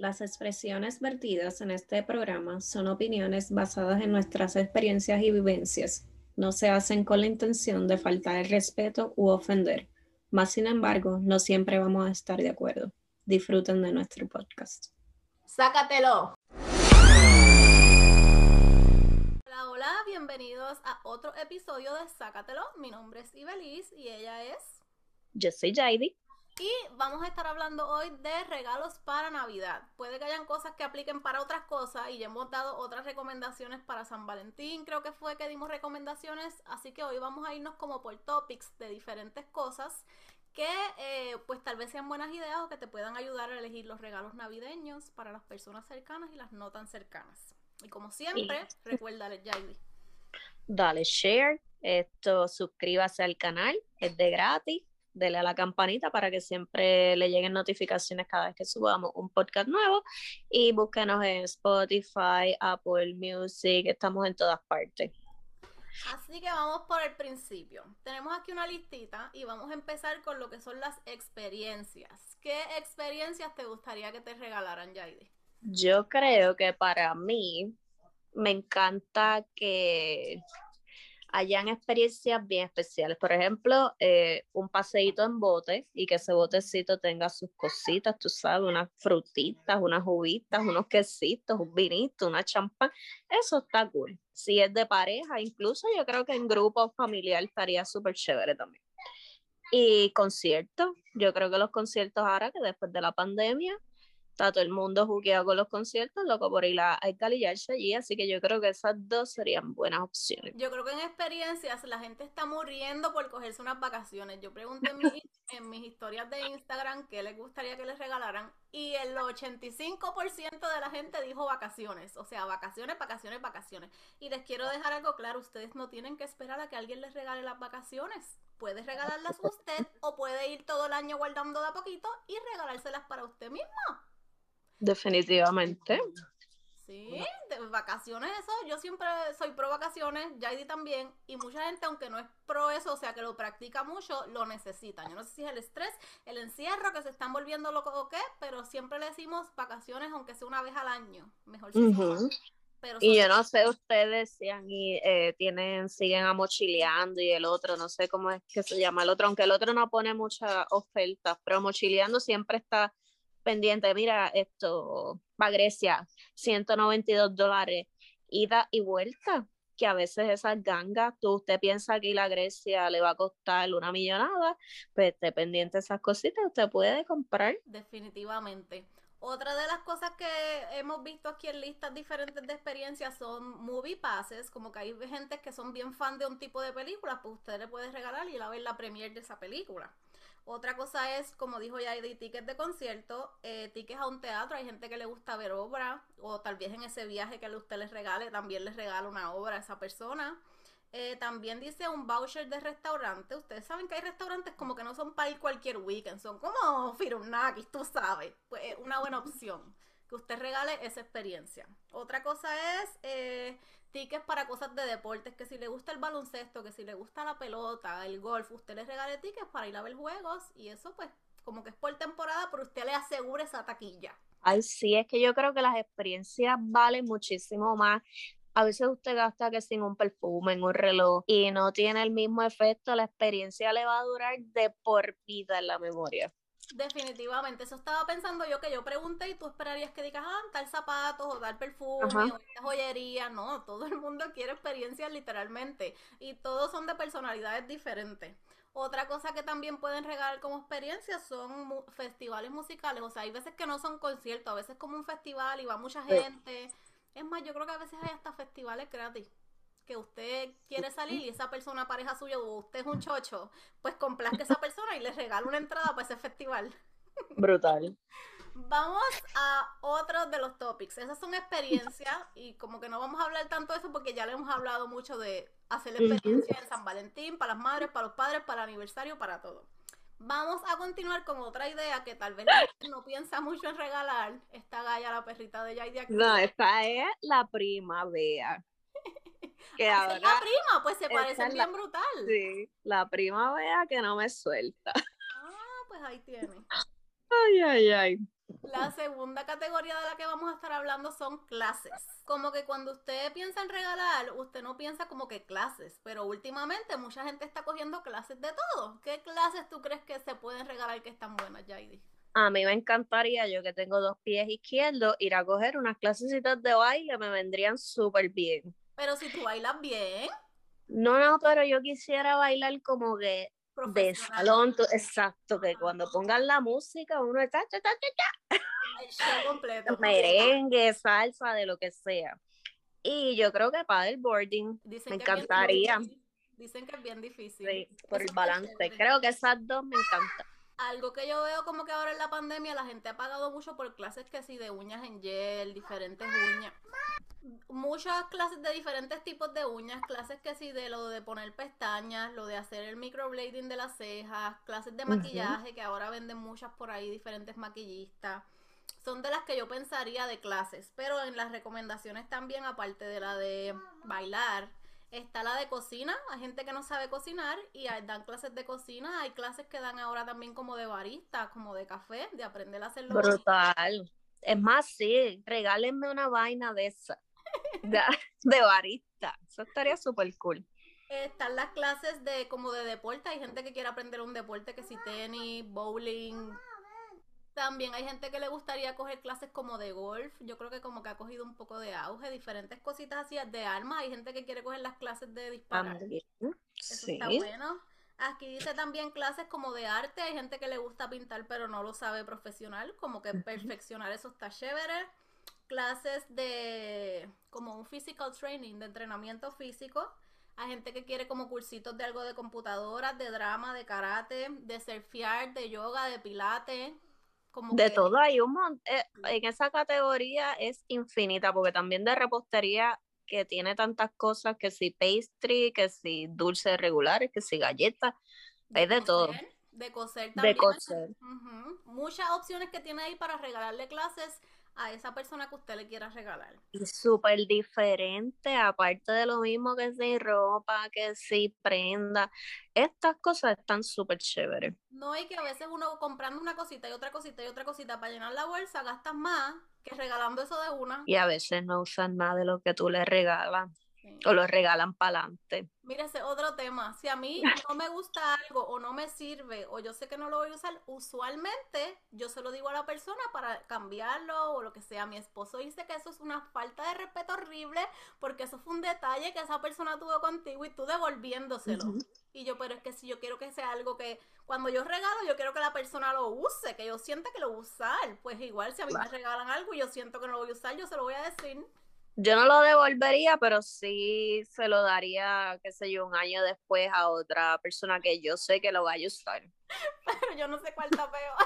Las expresiones vertidas en este programa son opiniones basadas en nuestras experiencias y vivencias. No se hacen con la intención de faltar el respeto u ofender. Mas, sin embargo, no siempre vamos a estar de acuerdo. Disfruten de nuestro podcast. ¡Sácatelo! Hola, bienvenidos a otro episodio de Sácatelo. Mi nombre es Ibeliz y ella es... Yo soy Jaidi. Y vamos a estar hablando hoy de regalos para Navidad. Puede que hayan cosas que apliquen para otras cosas y ya hemos dado otras recomendaciones para San Valentín, creo que fue que dimos recomendaciones, así que hoy vamos a irnos como por topics de diferentes cosas que pues tal vez sean buenas ideas o que te puedan ayudar a elegir los regalos navideños para las personas cercanas y las no tan cercanas. Y como siempre, recuérdale, Jaidi. Dale share, suscríbase al canal, es de gratis. Dele a la campanita para que siempre le lleguen notificaciones cada vez que subamos un podcast nuevo y búsquenos en Spotify, Apple Music, estamos en todas partes. Así que vamos por el principio. Tenemos aquí una listita y vamos a empezar con lo que son las experiencias. ¿Qué experiencias te gustaría que te regalaran, Jaidi? Yo creo que para mí me encanta que hayan experiencias bien especiales. Por ejemplo, un paseíto en bote y que ese botecito tenga sus cositas, tú sabes, unas frutitas, unas uvitas, unos quesitos, un vinito, una champán. Eso está cool. Si es de pareja, incluso yo creo que en grupo familiar estaría súper chévere también. Y conciertos, yo creo que los conciertos ahora que después de la pandemia está todo el mundo jugueado con los conciertos, loco por ir a calillarse allí, así que yo creo que esas dos serían buenas opciones. Yo creo que en experiencias la gente está muriendo por cogerse unas vacaciones. Yo pregunté en mis historias de Instagram qué les gustaría que les regalaran y el 85% de la gente dijo vacaciones. O sea, vacaciones, vacaciones, vacaciones. Y les quiero dejar algo claro, ustedes no tienen que esperar a que alguien les regale las vacaciones. Puede regalarlas usted o puede ir todo el año guardando de a poquito y regalárselas para usted mismo. Definitivamente. Sí, de vacaciones, eso, yo siempre soy pro vacaciones, Jaidi también, y mucha gente, aunque no es pro eso, o sea, que lo practica mucho, lo necesita. Yo no sé si es el estrés, el encierro, que se están volviendo locos o qué, pero siempre le decimos vacaciones, aunque sea una vez al año, mejor si son más. Pero y yo no sé, ustedes siguen amochileando y el otro, no sé cómo es que se llama el otro, aunque el otro no pone muchas ofertas, pero mochileando siempre está pendiente. Mira, esto va a Grecia, $192, ida y vuelta, que a veces esas gangas, usted piensa que ir a Grecia le va a costar una millonada, pues esté pendiente de esas cositas, usted puede comprar. Definitivamente. Otra de las cosas que hemos visto aquí en listas diferentes de experiencias son movie passes, como que hay gente que son bien fan de un tipo de película, pues usted le puede regalar y ir a ver la premiere de esa película. Otra cosa es, como dijo Yaidi, tickets de concierto, tickets a un teatro, hay gente que le gusta ver obra, o tal vez en ese viaje que usted les regale, también les regala una obra a esa persona. También dice un voucher de restaurante. Ustedes saben que hay restaurantes como que no son para ir cualquier weekend, son como Firunakis, tú sabes. Pues es una buena opción que usted regale esa experiencia. Otra cosa es tickets para cosas de deportes, que si le gusta el baloncesto, que si le gusta la pelota, el golf, usted le regale tickets para ir a ver juegos y eso pues como que es por temporada, pero usted le asegura esa taquilla. Ay, sí, es que yo creo que las experiencias valen muchísimo más. A veces usted gasta que sin un perfume, en un reloj, y no tiene el mismo efecto, la experiencia le va a durar de por vida en la memoria. Definitivamente, eso estaba pensando yo que yo pregunté y tú esperarías que digas, tal zapatos o tal Ajá. perfume o esta joyería. No, todo el mundo quiere experiencias literalmente y todos son de personalidades diferentes. Otra cosa que también pueden regalar como experiencia son festivales musicales. O sea, hay veces que no son conciertos, a veces como un festival y va mucha gente. Es más, yo creo que a veces hay hasta festivales gratis que usted quiere salir y esa persona pareja suya o usted es un chocho, pues complazca a esa persona y le regala una entrada para ese festival. Brutal. Vamos a otros de los topics. Esas son experiencias y como que no vamos a hablar tanto de eso porque ya le hemos hablado mucho de hacer experiencias en San Valentín, para las madres, para los padres, para el aniversario, para todo. Vamos a continuar con otra idea que tal vez la gente no piensa mucho en regalar. Esta Gaia, la perrita de Jai de aquí. No, esta es la primavera. Que Esa es la ahora, prima, pues se esta parecen es bien brutal. sí, la primavera que no me suelta. Ah, pues ahí tiene. Ay, ay, ay. La segunda categoría de la que vamos a estar hablando son clases. Como que cuando usted piensa en regalar, usted no piensa como que clases, pero últimamente mucha gente está cogiendo clases de todo. ¿Qué clases tú crees que se pueden regalar que están buenas, Jaidi? A mí me encantaría, yo que tengo 2 pies izquierdos, ir a coger unas clasecitas de baile, me vendrían súper bien. Pero si tú bailas bien, No, no, pero yo quisiera bailar como que de profesional. salón, exacto, que cuando pongan la música uno está El show completo. merengue, salsa, de lo que sea. Y yo creo que paddleboarding me Dicen que es bien encantaría, difícil. Dicen que es bien difícil. sí, por Eso el está balance. chévere. Creo que esas dos me encantan. Algo que yo veo como que ahora en la pandemia la gente ha pagado mucho por clases que sí de uñas en gel, diferentes uñas. Muchas clases de diferentes tipos de uñas, clases que sí de lo de poner pestañas, lo de hacer el microblading de las cejas, clases de Ujú. maquillaje que ahora venden muchas por ahí, diferentes maquillistas. Son de las que yo pensaría de clases, pero en las recomendaciones también, aparte de la de bailar, está la de cocina. Hay gente que no sabe cocinar y dan clases de cocina. Hay clases que dan ahora también como de barista, como de café, de aprender a hacerlo bonito. Brutal. Es más, sí, regálenme una vaina de esa, de, de barista. Eso estaría súper cool. Están las clases de como de deporte. Hay gente que quiere aprender un deporte que si tenis, bowling. También hay gente que le gustaría coger clases como de golf. Yo creo que como que ha cogido un poco de auge, diferentes cositas así de armas. Hay gente que quiere coger las clases de disparar. También. Eso está Sí. bueno. Aquí dice también clases como de arte. Hay gente que le gusta pintar pero no lo sabe profesional. Como que perfeccionar eso está chévere. Clases de como un physical training, de entrenamiento físico. Hay gente que quiere como cursitos de algo de computadoras, de drama, de karate, de surfear, de yoga, de pilates. Como De que todo hay un montón. En esa categoría es infinita, porque también de repostería que tiene tantas cosas, que si pastry, que si dulces regulares, que si galletas, hay de todo. de coser De también. coser. Muchas opciones que tiene ahí para regalarle clases a esa persona que usted le quiera regalar. Y súper diferente, aparte de lo mismo que si ropa, que si prenda. Estas cosas están súper chéveres. No hay que a veces uno comprando una cosita y otra cosita y otra cosita para llenar la bolsa gastas más que regalando eso de una. Y a veces no usan nada de lo que tú les regalas o Sí. lo regalan para adelante. Mira, ese otro tema. Si a mí no me gusta algo o no me sirve o yo sé que no lo voy a usar, usualmente yo se lo digo a la persona para cambiarlo o lo que sea. Mi esposo dice que eso es una falta de respeto horrible porque eso fue un detalle que esa persona tuvo contigo y tú devolviéndoselo. Ujú. Y yo, pero es que si yo quiero que sea algo que cuando yo regalo, yo quiero que la persona lo use, que yo sienta que lo va a usar. Pues igual si a mí me regalan algo y yo siento que no lo voy a usar, yo se lo voy a decir. Yo no lo devolvería, pero sí se lo daría, qué sé yo, un año después a otra persona que yo sé que lo va a usar. Pero yo no sé cuál está peor.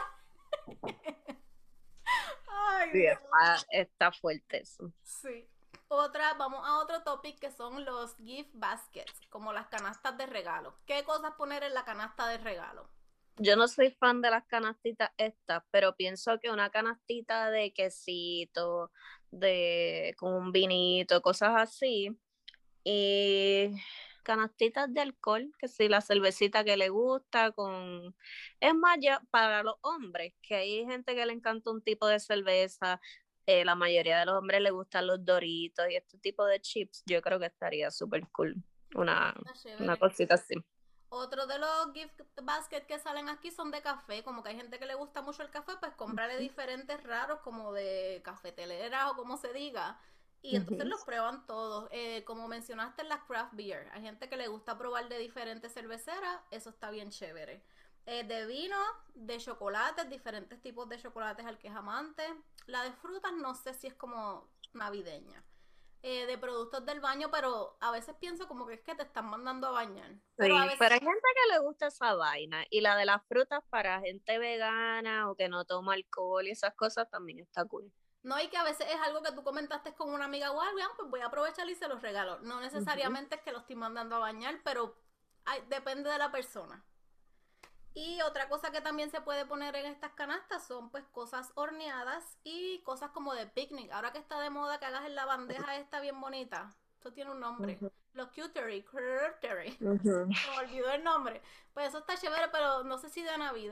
Ay, Sí, Dios. está fuerte eso. Sí. Otra, vamos a otro topic que son los gift baskets, como las canastas de regalo. ¿Qué cosas poner en la canasta de regalo? Yo no soy fan de las canastitas estas, pero pienso que una canastita de quesito, de con un vinito, cosas así, y canastitas de alcohol, que si la cervecita que le gusta, con... Es más, ya para los hombres, que hay gente que le encanta un tipo de cerveza, la mayoría de los hombres le gustan los Doritos y este tipo de chips, yo creo que estaría súper cool, una, Está una chévere. cosita así. Otro de los gift baskets que salen aquí son de café, como que hay gente que le gusta mucho el café, pues cómprale diferentes raros como de cafetelera o como se diga. Y entonces Ujú. los prueban todos. Como mencionaste en las craft beer, hay gente que le gusta probar de diferentes cerveceras, eso está bien chévere. De vino, de chocolates, diferentes tipos de chocolates al que es amante. La de frutas no sé si es como navideña. De productos del baño, pero a veces pienso como que es que te están mandando a bañar. Pero a Sí, pero veces, hay gente que le gusta esa vaina y la de las frutas para gente vegana o que no toma alcohol y esas cosas también está cool. no hay que a veces es algo que tú comentaste con una amiga o algo, pues voy a aprovechar y se los regalo. No Ujú. necesariamente es que los estoy mandando a bañar, pero depende de la persona. Y otra cosa que también se puede poner en estas canastas son pues cosas horneadas y cosas como de picnic. Ahora que está de moda que hagas en la bandeja esta bien bonita. Esto tiene un nombre. Ujú. Los cutery. Ujú. Se me olvidó el nombre. Pues eso está chévere, pero no sé si de Navidad.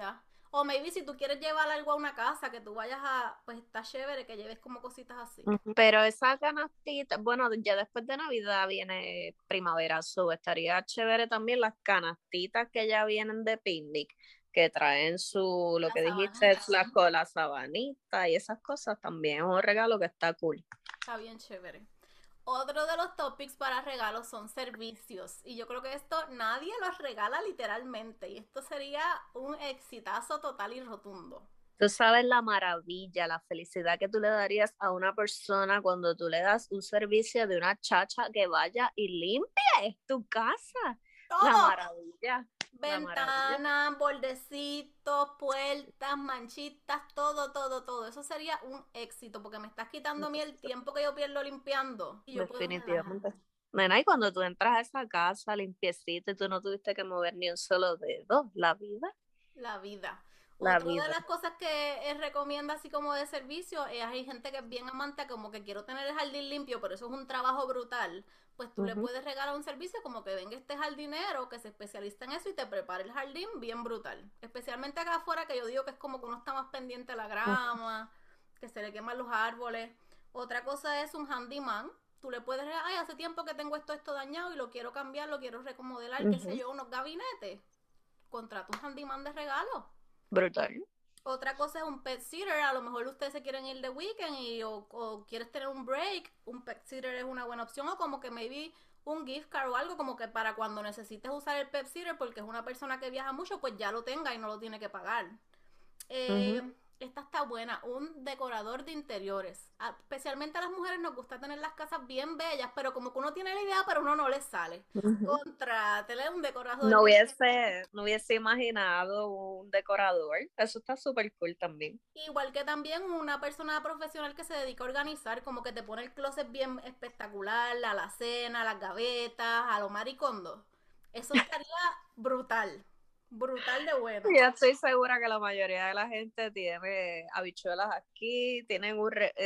O maybe si tú quieres llevar algo a una casa, que tú vayas a, pues está chévere que lleves como cositas así. Pero esa canastita, bueno, ya después de Navidad viene primavera, estaría chévere también las canastitas que ya vienen de picnic, que traen lo La que dijiste, sabanita. la sabanita y esas cosas, también es un regalo que está cool. Está bien chévere. Otro de los topics para regalos son servicios. Y yo creo que esto nadie los regala literalmente. Y esto sería un exitazo total y rotundo. Tú sabes la maravilla, la felicidad que tú le darías a una persona cuando tú le das un servicio de una chacha que vaya y limpie tu casa. La Todo. maravilla, la maravilla. Ventanas, bordecitos, puertas, manchitas, todo, todo, todo. Eso sería un éxito porque me estás quitando a mí el tiempo que yo pierdo limpiando y yo puedo Definitivamente. relajarme. Nena, y cuando tú entras a esa casa limpiecita y tú no tuviste que mover ni un solo dedo, La vida. la Otra de vida. las cosas que recomienda así como de servicio es hay gente que es bien amante como que quiero tener el jardín limpio, pero eso es un trabajo brutal. Pues tú le Ujú. puedes regalar un servicio como que venga este jardinero que se especializa en eso y te prepare el jardín bien brutal. Especialmente acá afuera que yo digo que es como que uno está más pendiente a la grama, que se le queman los árboles. Otra cosa es un handyman. Tú le puedes regalar, ay, hace tiempo que tengo esto dañado y lo quiero cambiar, lo quiero remodelar, qué sé Ujú. yo, unos gabinetes. Contrata un handyman de regalo. Brutal. Otra cosa es un pet sitter. A lo mejor ustedes se quieren ir de weekend o quieres tener un break. Un pet sitter es una buena opción. O como que maybe un gift card o algo como que para cuando necesites usar el pet sitter porque es una persona que viaja mucho, pues ya lo tenga y no lo tiene que pagar. Ujú. Esta está buena, un decorador de interiores. Especialmente a las mujeres nos gusta tener las casas bien bellas, pero como que uno tiene la idea, pero uno no le sale. Ujú. Contrátele un decorador No de hubiese, no hubiese imaginado un decorador. Eso está súper cool también. igual que también una persona profesional que se dedica a organizar, como que te pone el closet bien espectacular, la alacena, las gavetas, a lo maricondo. Eso estaría brutal, brutal de bueno. Ya estoy segura que la mayoría de la gente tiene habichuelas aquí, tienen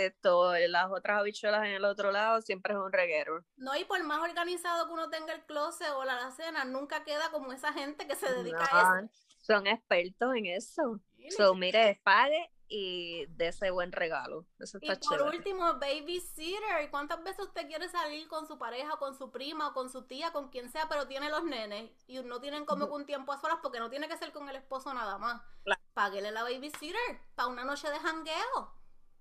las otras habichuelas en el otro lado, siempre es un reguero. No, y por más organizado que uno tenga el closet o la alacena, nunca queda como esa gente que se dedica No, a eso. son expertos en eso. Sí, So, mire, pague y dé ese buen regalo. Eso y está por chévere. último, babysitter. ¿Cuántas veces usted quiere salir con su pareja, o con su prima, o con su tía, con quien sea, pero tiene los nenes y no tienen como que un tiempo a solas porque no tiene que ser con el esposo nada más? Claro. Páguele la babysitter para una noche de jangueo.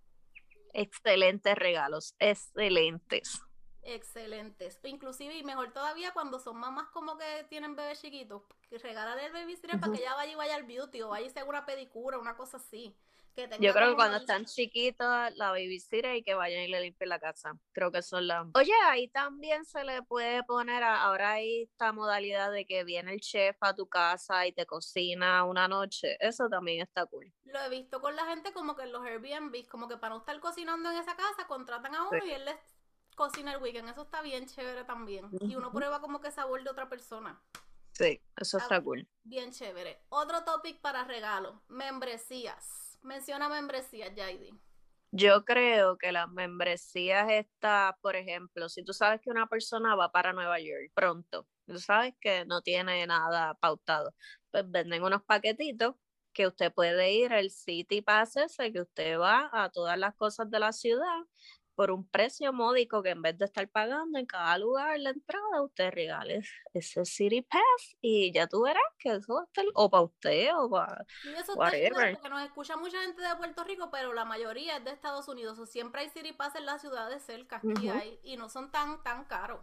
Excelentes regalos, excelentes. Excelentes. Inclusive, y mejor todavía cuando son mamás como que tienen bebés chiquitos, que regálale el babysitter para que Ujú. ella vaya y vaya al beauty o vaya y se haga una pedicura, una cosa así. Que Yo tenga creo que como cuando el... están chiquitos, la babysitter y que vayan y le limpien la casa. Creo que son las... Oye, ahí también se le puede poner, ahora hay esta modalidad de que viene el chef a tu casa y te cocina una noche. Eso también está cool. Lo he visto con la gente como que en los Airbnb, como que para no estar cocinando en esa casa, contratan a Sí. uno y él les cocina el weekend. Eso está bien chévere también. Y uno Ujú. prueba como que sabor de otra persona. Sí, eso Está está cool. bien chévere. Otro topic para regalo, membresías. Menciona membresías, Jaidi. Yo creo que las membresías está, por ejemplo, si tú sabes que una persona va para Nueva York pronto, tú sabes que no tiene nada pautado, pues venden unos paquetitos que usted puede ir al City Pass ese, que usted va a todas las cosas de la ciudad por un precio módico que en vez de estar pagando en cada lugar la entrada, usted regale ese City Pass y ya tú verás que eso va a estar o para usted o para Sí, eso está chévere whatever. porque nos escucha mucha gente de Puerto Rico, pero la mayoría es de Estados Unidos. O siempre hay City Pass en las ciudades cerca, aquí Ujú, hay, y no son tan caros.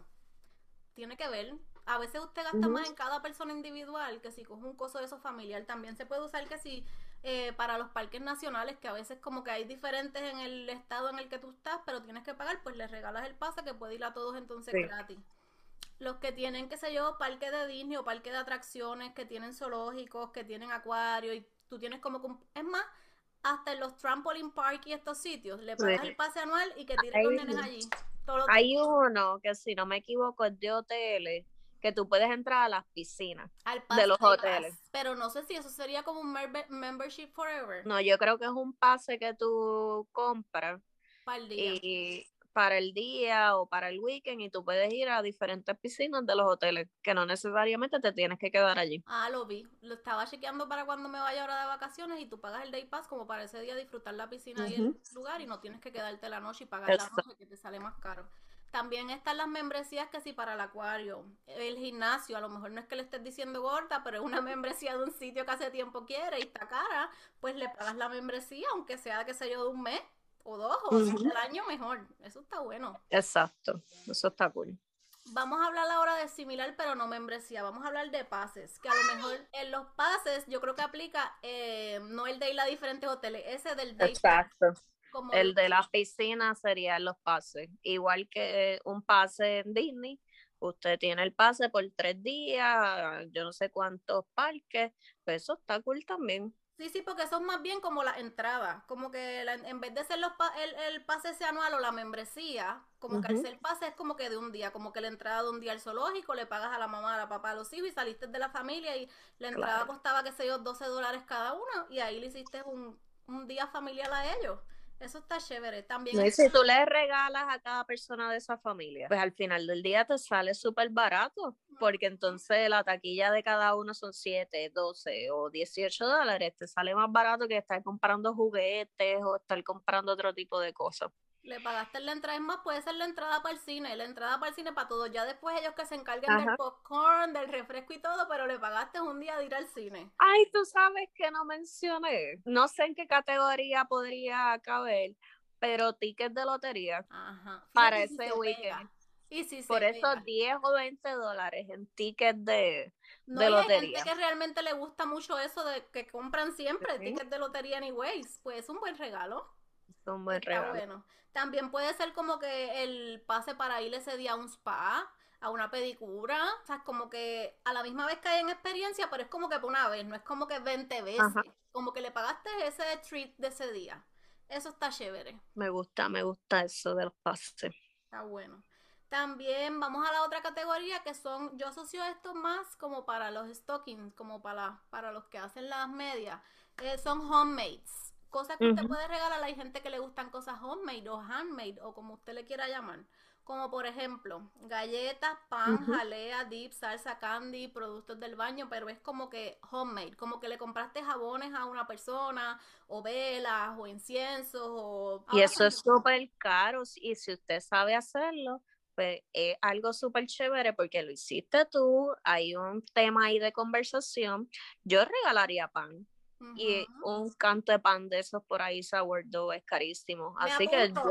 Tiene que ver. A veces usted gasta ujú. más en cada persona individual que si coge un coso de eso familiar. También se puede usar que si para los parques nacionales, que a veces como que hay diferentes en el estado en el que tú estás, pero tienes que pagar, pues les regalas el pase que puede ir a todos entonces Sí. gratis. Los que tienen, qué sé yo, parque de Disney o parque de atracciones, que tienen zoológicos, que tienen acuario y tú tienes como... Es más, hasta en los trampoline park y estos sitios, le pagas el Sí. pase anual y que tiren los Hay, nenes allí todos los días. hay uno que si no me equivoco es de hoteles, que tú puedes entrar a las piscinas Al de pase los hay pass. hoteles. Pero no sé si eso sería como un membership forever. No, yo creo que es un pase que tú compras Para el día. y para el día o para el weekend y tú puedes ir a diferentes piscinas de los hoteles, que no necesariamente te tienes que quedar allí. Ah, lo vi. Lo estaba chequeando para cuando me vaya ahora de vacaciones y tú pagas el Day Pass como para ese día disfrutar la piscina y el Ujú. lugar y no tienes que quedarte la noche y pagar la Exacto. noche que te sale más caro. También están las membresías que sí para el acuario, el gimnasio, a lo mejor no es que le estés diciendo gorda, pero es una membresía de un sitio que hace tiempo quiere y está cara, pues le pagas la membresía, aunque sea, qué sé yo, de un mes o dos, o si es Ujú. del año mejor. Eso está bueno. Exacto, eso está cool. Vamos a hablar ahora de similar, pero no membresía. Vamos a hablar de pases, que a lo mejor en los pases yo creo que aplica no el de ir a diferentes hoteles, ese del day pass, Exacto. como El de la piscina serían los pases. Igual que un pase en Disney, usted tiene el pase por 3 días, yo no sé cuántos parques, pues eso está cool también. sí, sí, porque son más bien como las entradas, como que en vez de ser el pase ese anual o la membresía, como que al Ujú. ser pase es como que de un día, como que la entrada de un día al zoológico, le pagas a la mamá, a la papá, a los hijos y saliste de la familia y la entrada Claro. costaba, qué sé yo, $12 cada uno y ahí le hiciste un día familiar a ellos. Eso está chévere. También No, y está, si tú le regalas a cada persona de esa familia, pues al final del día te sale súper barato, porque entonces la taquilla de cada uno son 7, 12 o $18, te sale más barato que estar comprando juguetes o estar comprando otro tipo de cosas. le pagaste la entrada, es más, puede ser la entrada para el cine, la entrada para el cine para todos. Ya después ellos que se encarguen del Ajá. popcorn, del refresco y todo, pero le pagaste un día de ir al cine. Ay, tú sabes que no mencioné. No sé en qué categoría podría caber, pero tickets de lotería Ajá. para Fíjate si ese se pega. weekend. Y si Por se esos pega. $10 o $20 en tickets No, de y hay gente lotería. que realmente le gusta mucho eso de que compran siempre Sí, tickets de lotería anyways. Pues es un buen regalo. es un buen Está regalo. bueno. También puede ser como que el pase para ir ese día a un spa, a una pedicura. O sea, es como que a la misma vez que hay en experiencia, pero es como que por una vez, no es como que 20 veces. Ajá, Como que le pagaste ese treat de ese día. Eso está chévere. me gusta eso de los pases. Está bueno. También vamos a la otra categoría que son, yo asocio esto más como para los stockings, como para los que hacen las medias. Son homemades. Cosas que usted Ujú. puede regalar. Hay gente que le gustan cosas homemade o handmade o como usted le quiera llamar. Como por ejemplo, galletas, pan, Ujú. jalea, dip, salsa, candy, productos del baño, pero es como que homemade, como que le compraste jabones a una persona, o velas, o inciensos, o Y ahora eso por es súper caro y si usted sabe hacerlo, pues es algo súper chévere porque lo hiciste tú, hay un tema ahí de conversación. Yo regalaría pan y Ujú. un canto de pan de esos por ahí, sourdough, es carísimo. Me Así que apunto.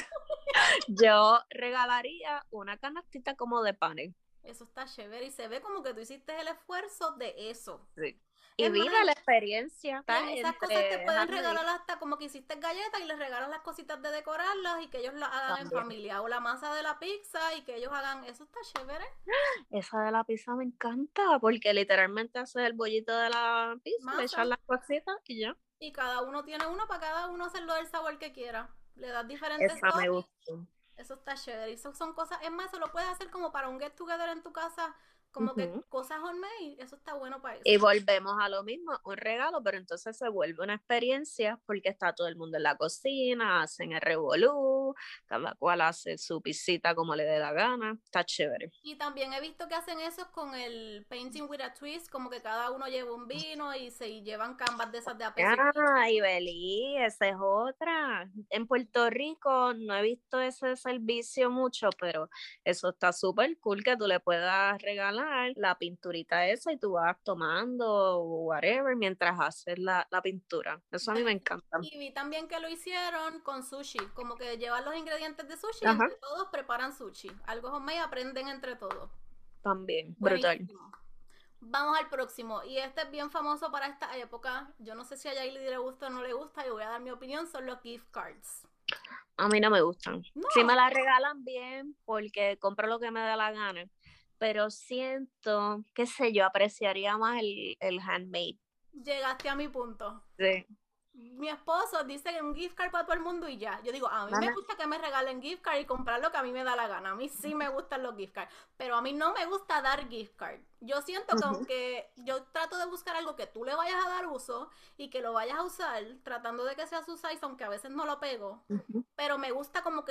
yo regalaría una canastita como de panes. Eso está chévere y se ve como que tú hiciste el esfuerzo de eso. Sí. Y Es más, vive la experiencia, y en está esas cosas te entre pueden handmade regalar hasta como que hiciste galletas y les regalas las cositas de decorarlas y que ellos las hagan en también. familia. O la masa de la pizza y que ellos hagan. Eso está chévere. Esa de la pizza me encanta porque literalmente haces el bollito de la pizza, le echas Masa. las cositas y ya. Y cada uno tiene uno para cada uno hacerlo del sabor que quiera. Le das diferentes Esa me toppings. gustó. Eso está chévere. Y eso son cosas. Es más, eso lo puedes hacer como para un get together en tu casa. Como que Ujú. cosas homemade. Eso está bueno para Y eso. volvemos a lo mismo, un regalo, pero entonces se vuelve una experiencia porque está todo el mundo en la cocina, hacen el revolú, cada cual hace su pisita como le dé la gana, está chévere. Y también he visto que hacen eso con el Painting with a Twist, como que cada uno lleva un vino y se llevan canvas de esas de a peso y pico. Ah, y Belí, esa es otra. En Puerto Rico no he visto ese servicio mucho, pero eso está súper cool que tú le puedas regalar la pinturita esa y tú vas tomando o whatever mientras haces la pintura. Eso a mí me encanta. Y vi también que lo hicieron con sushi, como que llevan los ingredientes de sushi y Ajá, entre todos preparan sushi. Algo homemade aprenden entre todos. también, brutal. Buenísimo. Vamos al próximo. Y este es bien famoso para esta época. Yo no sé si a Yaili le gusta o no le gusta. Y voy a dar mi opinión. Son los gift cards. A mí no me gustan. Si me No. la regalan bien, porque compro lo que me da la gana, pero siento, qué sé yo, apreciaría más el handmade. Llegaste a mi punto. Sí. Mi esposo dice que un gift card para todo el mundo y ya. Yo digo, a mí me Ajá. gusta que me regalen gift card y comprar lo que a mí me da la gana. A mí sí me gustan los gift cards, pero a mí no me gusta dar gift card. Yo siento que Ujú. aunque yo trato de buscar algo que tú le vayas a dar uso y que lo vayas a usar, tratando de que sea su size, aunque a veces no lo pego, Ujú. pero me gusta como que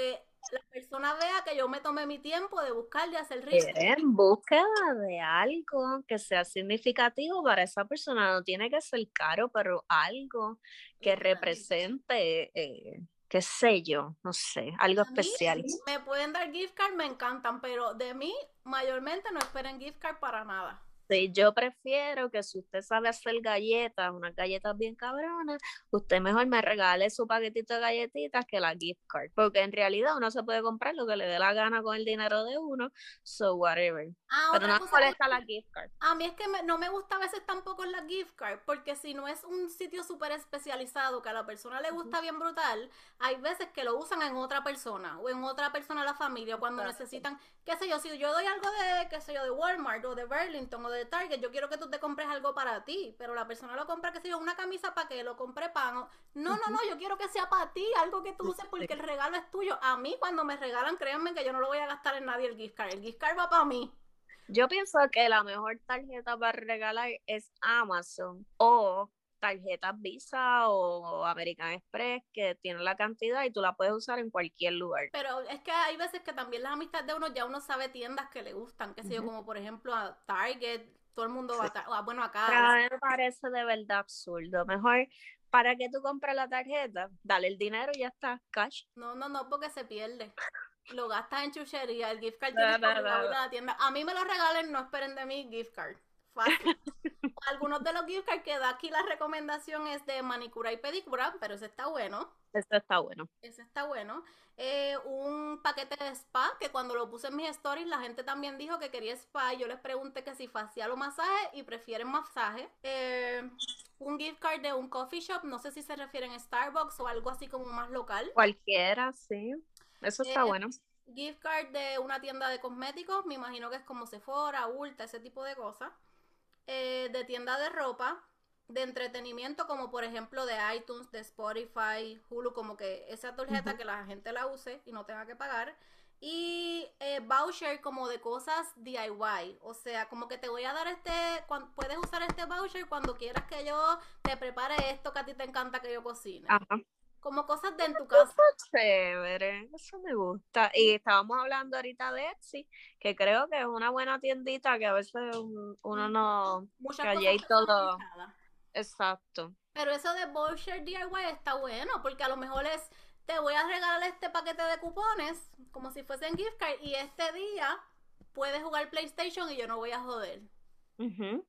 la persona vea que yo me tomé mi tiempo de buscar, de hacer research. En búsqueda de algo que sea significativo para esa persona. No tiene que ser caro, pero algo que represente, qué sé yo, no sé, algo A mí especial. me pueden dar gift card, me encantan, pero de mí mayormente no esperen gift card para nada. Sí, yo prefiero que si usted sabe hacer galletas, unas galletas bien cabronas, usted mejor me regale su paquetito de galletitas que la gift card, porque en realidad uno se puede comprar lo que le dé la gana con el dinero de uno, so whatever. Ah, Pero no otra me cosa que molesta la gift card. a mí es que no me gusta a veces tampoco la gift card, porque si no es un sitio súper especializado que a la persona le Ujú. gusta bien brutal, hay veces que lo usan en otra persona o en otra persona de la familia cuando Exacto. necesitan, qué sé yo, si yo doy algo de, qué sé yo, de Walmart o de Burlington o de Target, yo quiero que tú te compres algo para ti, pero la persona lo compra, qué sé yo, una camisa para que lo compre pan. No, no, Ujú. no, yo quiero que sea para ti, algo que tú uses porque el Sí. regalo es tuyo. A mí cuando me regalan, créanme que yo no lo voy a gastar en nadie el gift card va para mí. Yo pienso que la mejor tarjeta para regalar es Amazon o tarjetas Visa o American Express que tienen la cantidad y tú la puedes usar en cualquier lugar. Pero es que hay veces que también las amistades de uno ya uno sabe tiendas que le gustan, qué sé yo, Ujú. como por ejemplo a Target, todo el mundo va Sí. bueno, acá. Pero a mí me parece de verdad absurdo. Mejor, para que tú compres la tarjeta, dale el dinero y ya está, cash. No, no, no, porque se pierde. Lo gastas en chuchería, el gift card tienes Da, que da, obligado ir da. a la tienda. A mí me lo regalen, no esperen de mí gift card. Fácil. Algunos de los gift cards que da aquí la recomendación es de manicura y pedicura, pero ese está bueno. Esto está bueno. Ese está bueno. Un paquete de spa, que cuando lo puse en mis stories, la gente también dijo que quería spa. Y yo les pregunté que si facial o masaje y prefieren masaje. Un gift card de un coffee shop, no sé si se refieren a Starbucks o algo así como más local. Cualquiera, sí. Eso Eh, está bueno. Gift card de una tienda de cosméticos, me imagino que es como Sephora, Ulta, ese tipo de cosas. De tienda de ropa, de entretenimiento, como por ejemplo de iTunes, de Spotify, Hulu, como que esa tarjeta Ujú. que la gente la use y no tenga que pagar. Y voucher como de cosas DIY, o sea, como que te voy a dar puedes usar este voucher cuando quieras que yo te prepare esto que a ti te encanta que yo cocine. Ajá. Como cosas de en tu casa. Chévere, eso me gusta. Y estábamos hablando ahorita de Etsy, que creo que es una buena tiendita que a veces uno no, que Muchas allí cosas hay todo. personalizadas. Exacto. Pero eso de voucher DIY está bueno, porque a lo mejor te voy a regalar este paquete de cupones, como si fuesen gift card, y este día puedes jugar PlayStation y yo no voy a joder. Ujú.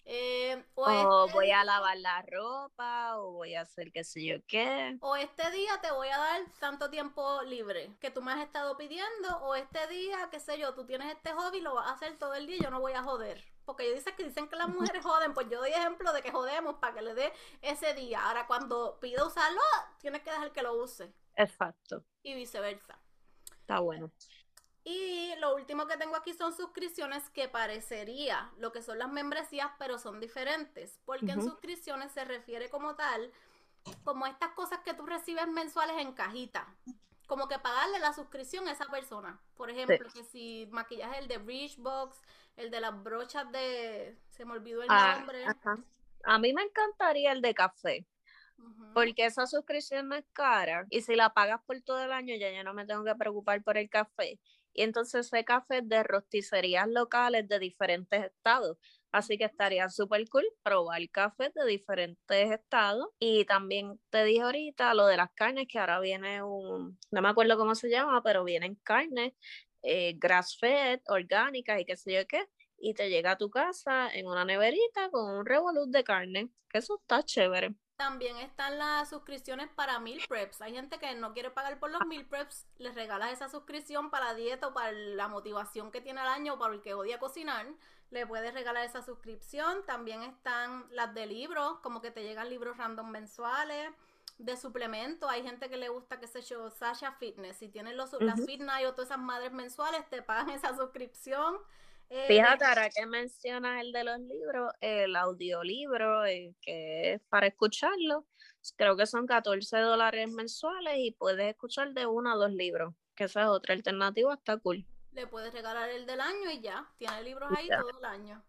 O O este voy a día, lavar la ropa, o voy a hacer qué sé yo qué. o este día te voy a dar tanto tiempo libre que tú me has estado pidiendo, o este día, qué sé yo, tú tienes este hobby, lo vas a hacer todo el día y yo no voy a joder. Porque ellos dicen que las Ujú. mujeres joden, pues yo doy ejemplo de que jodemos para que le dé ese día. Ahora, cuando pida usarlo, tienes que dejar que lo use. Exacto. Y viceversa. Está bueno. Y lo último que tengo aquí son suscripciones que parecería lo que son las membresías, pero son diferentes, porque en Ujú. suscripciones se refiere como tal, como estas cosas que tú recibes mensuales en cajita, como que pagarle la suscripción a esa persona. Por Sí. ejemplo, que si maquillaje el de Bridgebox, el de las brochas se me olvidó el Ah, nombre. ajá. A mí me encantaría el de café, Ujú. porque esa suscripción no es cara y si la pagas por todo el año ya yo no me tengo que preocupar por el café. Y entonces ese café es de rosticerías locales de diferentes estados. Así que estaría súper cool probar café de diferentes estados. Y también te dije ahorita lo de las carnes, que ahora viene no me acuerdo cómo se llama, pero vienen carnes grass fed, orgánicas y qué sé yo qué. Y te llega a tu casa en una neverita con un revolú de carne, que eso está chévere. También están las suscripciones para meal preps. Hay gente que no quiere pagar por los meal preps, les regalas esa suscripción para la dieta o para la motivación que tiene al año o para el que odia cocinar. Le puedes regalar esa suscripción. También están las de libros, como que te llegan libros random mensuales. De suplemento, hay gente que le gusta, qué sé yo, Sasha Fitness. Si tienen las Ujú. Fit Night o todas esas madres mensuales, te pagan esa suscripción. Fíjate, De ahora que mencionas el de los libros, el audiolibro, que es para escucharlo, creo que son $14 mensuales y puedes escuchar de 1 a 2 libros, que esa es otra alternativa, está cool. Le puedes regalar el del año y ya. Tiene libros Y ahí ya. todo el año.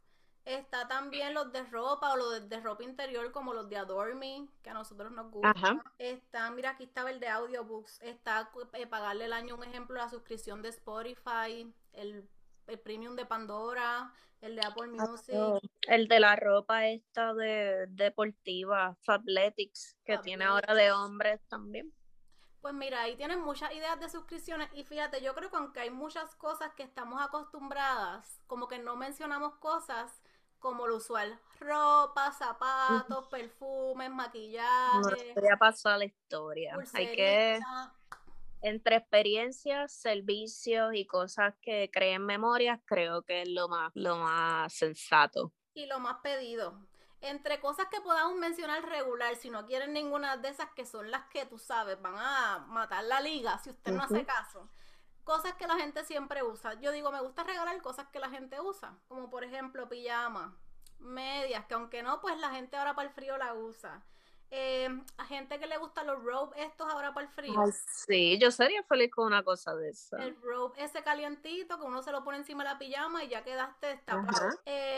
Está también los de ropa o los de ropa interior como los de Adore Me, que a nosotros nos gusta. Ajá. Está, mira, aquí estaba el de audiobooks. Está pagarle el año, un ejemplo, la suscripción de Spotify, el premium de Pandora, el de Apple Music, El de la ropa esta de deportiva, Fabletics, que tiene ahora Fabletics. de hombres también. Pues mira, ahí tienen muchas ideas de suscripciones y fíjate, yo creo que aunque hay muchas cosas que estamos acostumbradas, como que no mencionamos cosas como lo usual, ropa, Ujú. zapatos, perfumes, No, maquillaje, esto ya pasó a la historia. Hay que, pulserita entre experiencias, servicios y cosas que creen memorias, creo que es lo más sensato. y lo más pedido. Entre cosas que podamos mencionar regular, si no quieren ninguna de esas que son las que tú sabes, van a matar la liga si usted no hace Ujú. caso. Cosas que la gente siempre usa. Yo digo, me gusta regalar cosas que la gente usa, como por ejemplo pijama, medias, que aunque no, pues la gente ahora para el frío la usa. A gente que le gustan los robes estos ahora para el Ay, frío. sí, yo sería feliz con una cosa de esa. El robe ese calientito que uno se lo pone encima de la pijama y ya quedaste Ajá. destapado.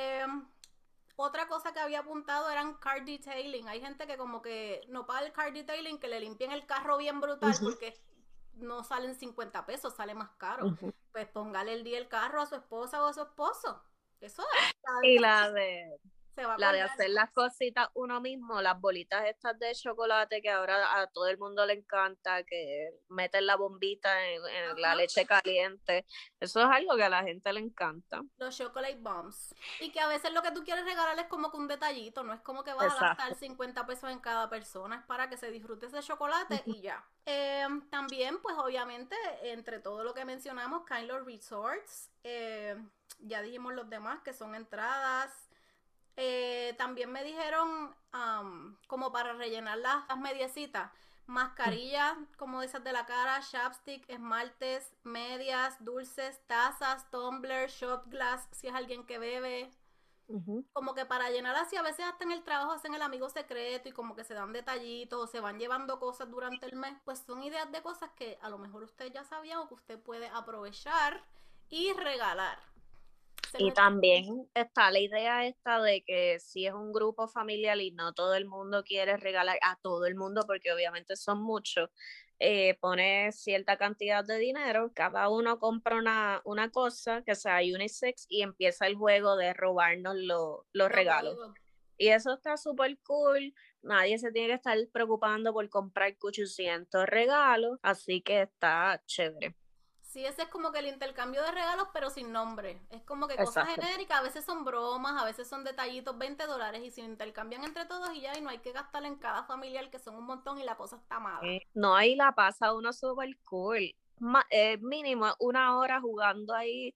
Otra cosa que había apuntado eran car detailing. Hay gente que como que no paga el car detailing, que le limpien el carro bien brutal Ujú, porque no salen 50 pesos, sale más caro. ujú. Pues póngale el día el carro a su esposa o a su esposo. Eso cada vez Y que se va a la de acordar. hacer las cositas uno mismo, las bolitas estas de chocolate que ahora a todo el mundo le encanta, que meten la bombita en la Ajá. leche caliente, eso es algo que a la gente le encanta. Los chocolate bombs. Y que a veces lo que tú quieres regalar es como que un detallito, no es como que vas a gastar Exacto. 50 pesos en cada persona, es para que se disfrute ese chocolate Ujú, y ya. También, pues obviamente, entre todo lo que mencionamos, Kindle Resorts, ya dijimos los demás que son entradas. También me dijeron como para rellenar las mediecitas, mascarillas como esas de la cara, chapstick, esmaltes, medias, dulces, tazas, tumblers, shot glass, si es alguien que bebe. ujú. Como que para llenar así, a veces hasta en el trabajo hacen el amigo secreto y como que se dan detallitos o se van llevando cosas durante el mes, pues son ideas de cosas que a lo mejor usted ya sabía o que usted puede aprovechar y regalar. Se los Y también está la idea esta de que si es un grupo familiar y no todo el mundo quiere regalar a todo el mundo, porque obviamente son muchos, pone cierta cantidad de dinero, cada uno compra una cosa que sea unisex y empieza el juego de robarnos los los regalos. regalos. Y eso está súper cool, nadie se tiene que estar preocupando por comprar 800 regalos, así que está chévere. Sí, ese es como que el intercambio de regalos, pero sin nombre. Es como que cosas Exacto. genéricas, a veces son bromas, a veces son detallitos, $20, y se intercambian entre todos y ya, y no hay que gastar en cada familiar, que son un montón y la cosa está mala. No, ahí la pasa uno súper cool. Mínimo una hora jugando ahí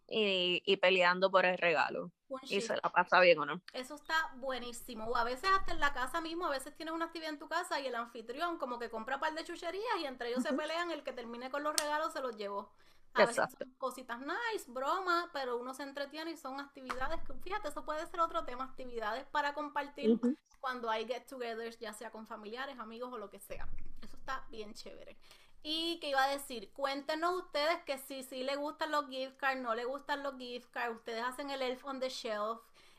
y peleando por el regalo. Un Y se shift. la pasa bien o no. Eso está buenísimo. O a veces hasta en la casa mismo, a veces tienes una actividad en tu casa y el anfitrión como que compra un par de chucherías y entre ellos se Ujú. pelean, el que termine con los regalos se los llevó. A veces Exacto. son cositas nice, bromas, pero uno se entretiene y son actividades que, fíjate, eso puede ser otro tema, actividades para compartir Ujú. cuando hay get-togethers, ya sea con familiares, amigos o lo que sea. Eso está bien chévere. Y que iba a decir, cuéntenos ustedes que si le gustan los gift cards, no le gustan los gift cards, ustedes hacen el elf on the shelf,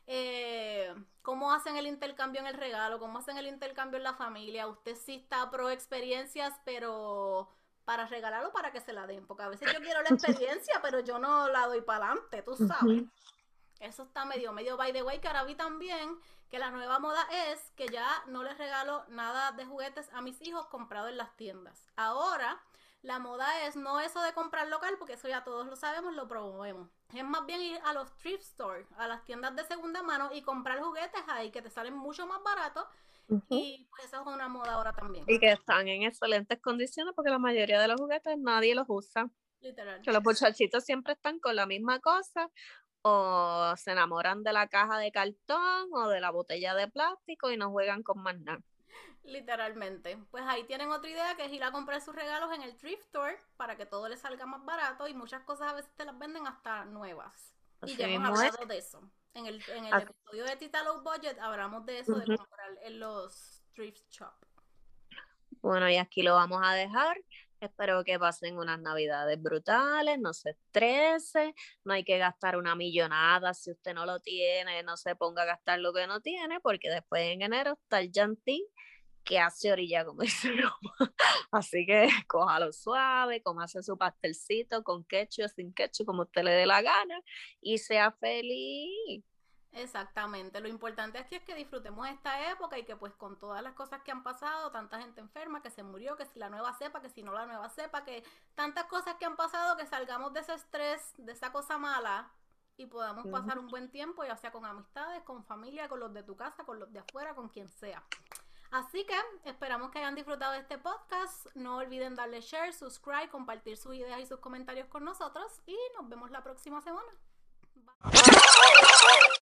cómo hacen el intercambio en el regalo, cómo hacen el intercambio en la familia. Usted sí está pro experiencias, pero para regalarlo para que se la den, porque a veces yo quiero la experiencia, pero yo no la doy para adelante, tú sabes. Ujú. Eso está medio by the way, que ahora vi también que la nueva moda es que ya no les regalo nada de juguetes a mis hijos comprado en las tiendas. Ahora la moda es no eso de comprar local, porque eso ya todos lo sabemos, lo promovemos. Es más bien ir a los thrift stores, a las tiendas de segunda mano y comprar juguetes ahí que te salen mucho más baratos. Ujú. Y pues eso es una moda ahora también. Y que están en excelentes condiciones porque la mayoría de los juguetes nadie los usa. Literal. Que los muchachitos siempre están con la misma cosa o se enamoran de la caja de cartón o de la botella de plástico y no juegan con más nada. Literalmente. Pues ahí tienen otra idea que es ir a comprar sus regalos en el thrift store para que todo les salga más barato y muchas cosas a veces te las venden hasta nuevas. Y Así ya hemos mismo es. hablado de eso. En el Así- episodio de Tita Low Budget hablamos de eso, de Ujú. comprar en los thrift shop. Bueno, y aquí lo vamos a dejar. Espero que pasen unas navidades brutales, no se estrese, no hay que gastar una millonada si usted no lo tiene, no se ponga a gastar lo que no tiene, porque después en enero está el llantín que hace orilla, como dice mi mamá. Así que cójalo suave, cómase su pastelcito con ketchup, sin ketchup, como usted le dé la gana, y sea feliz. Exactamente, lo importante aquí es que disfrutemos esta época y que pues con todas las cosas que han pasado, tanta gente enferma, que se murió, que si la nueva cepa, que si no la nueva cepa, que tantas cosas que han pasado, que salgamos de ese estrés, de esa cosa mala y podamos pasar un buen tiempo, ya sea con amistades, con familia, con los de tu casa, con los de afuera, con quien sea. Así que esperamos que hayan disfrutado de este podcast. No olviden darle share, subscribe, compartir sus ideas y sus comentarios con nosotros y nos vemos la próxima semana. Bye.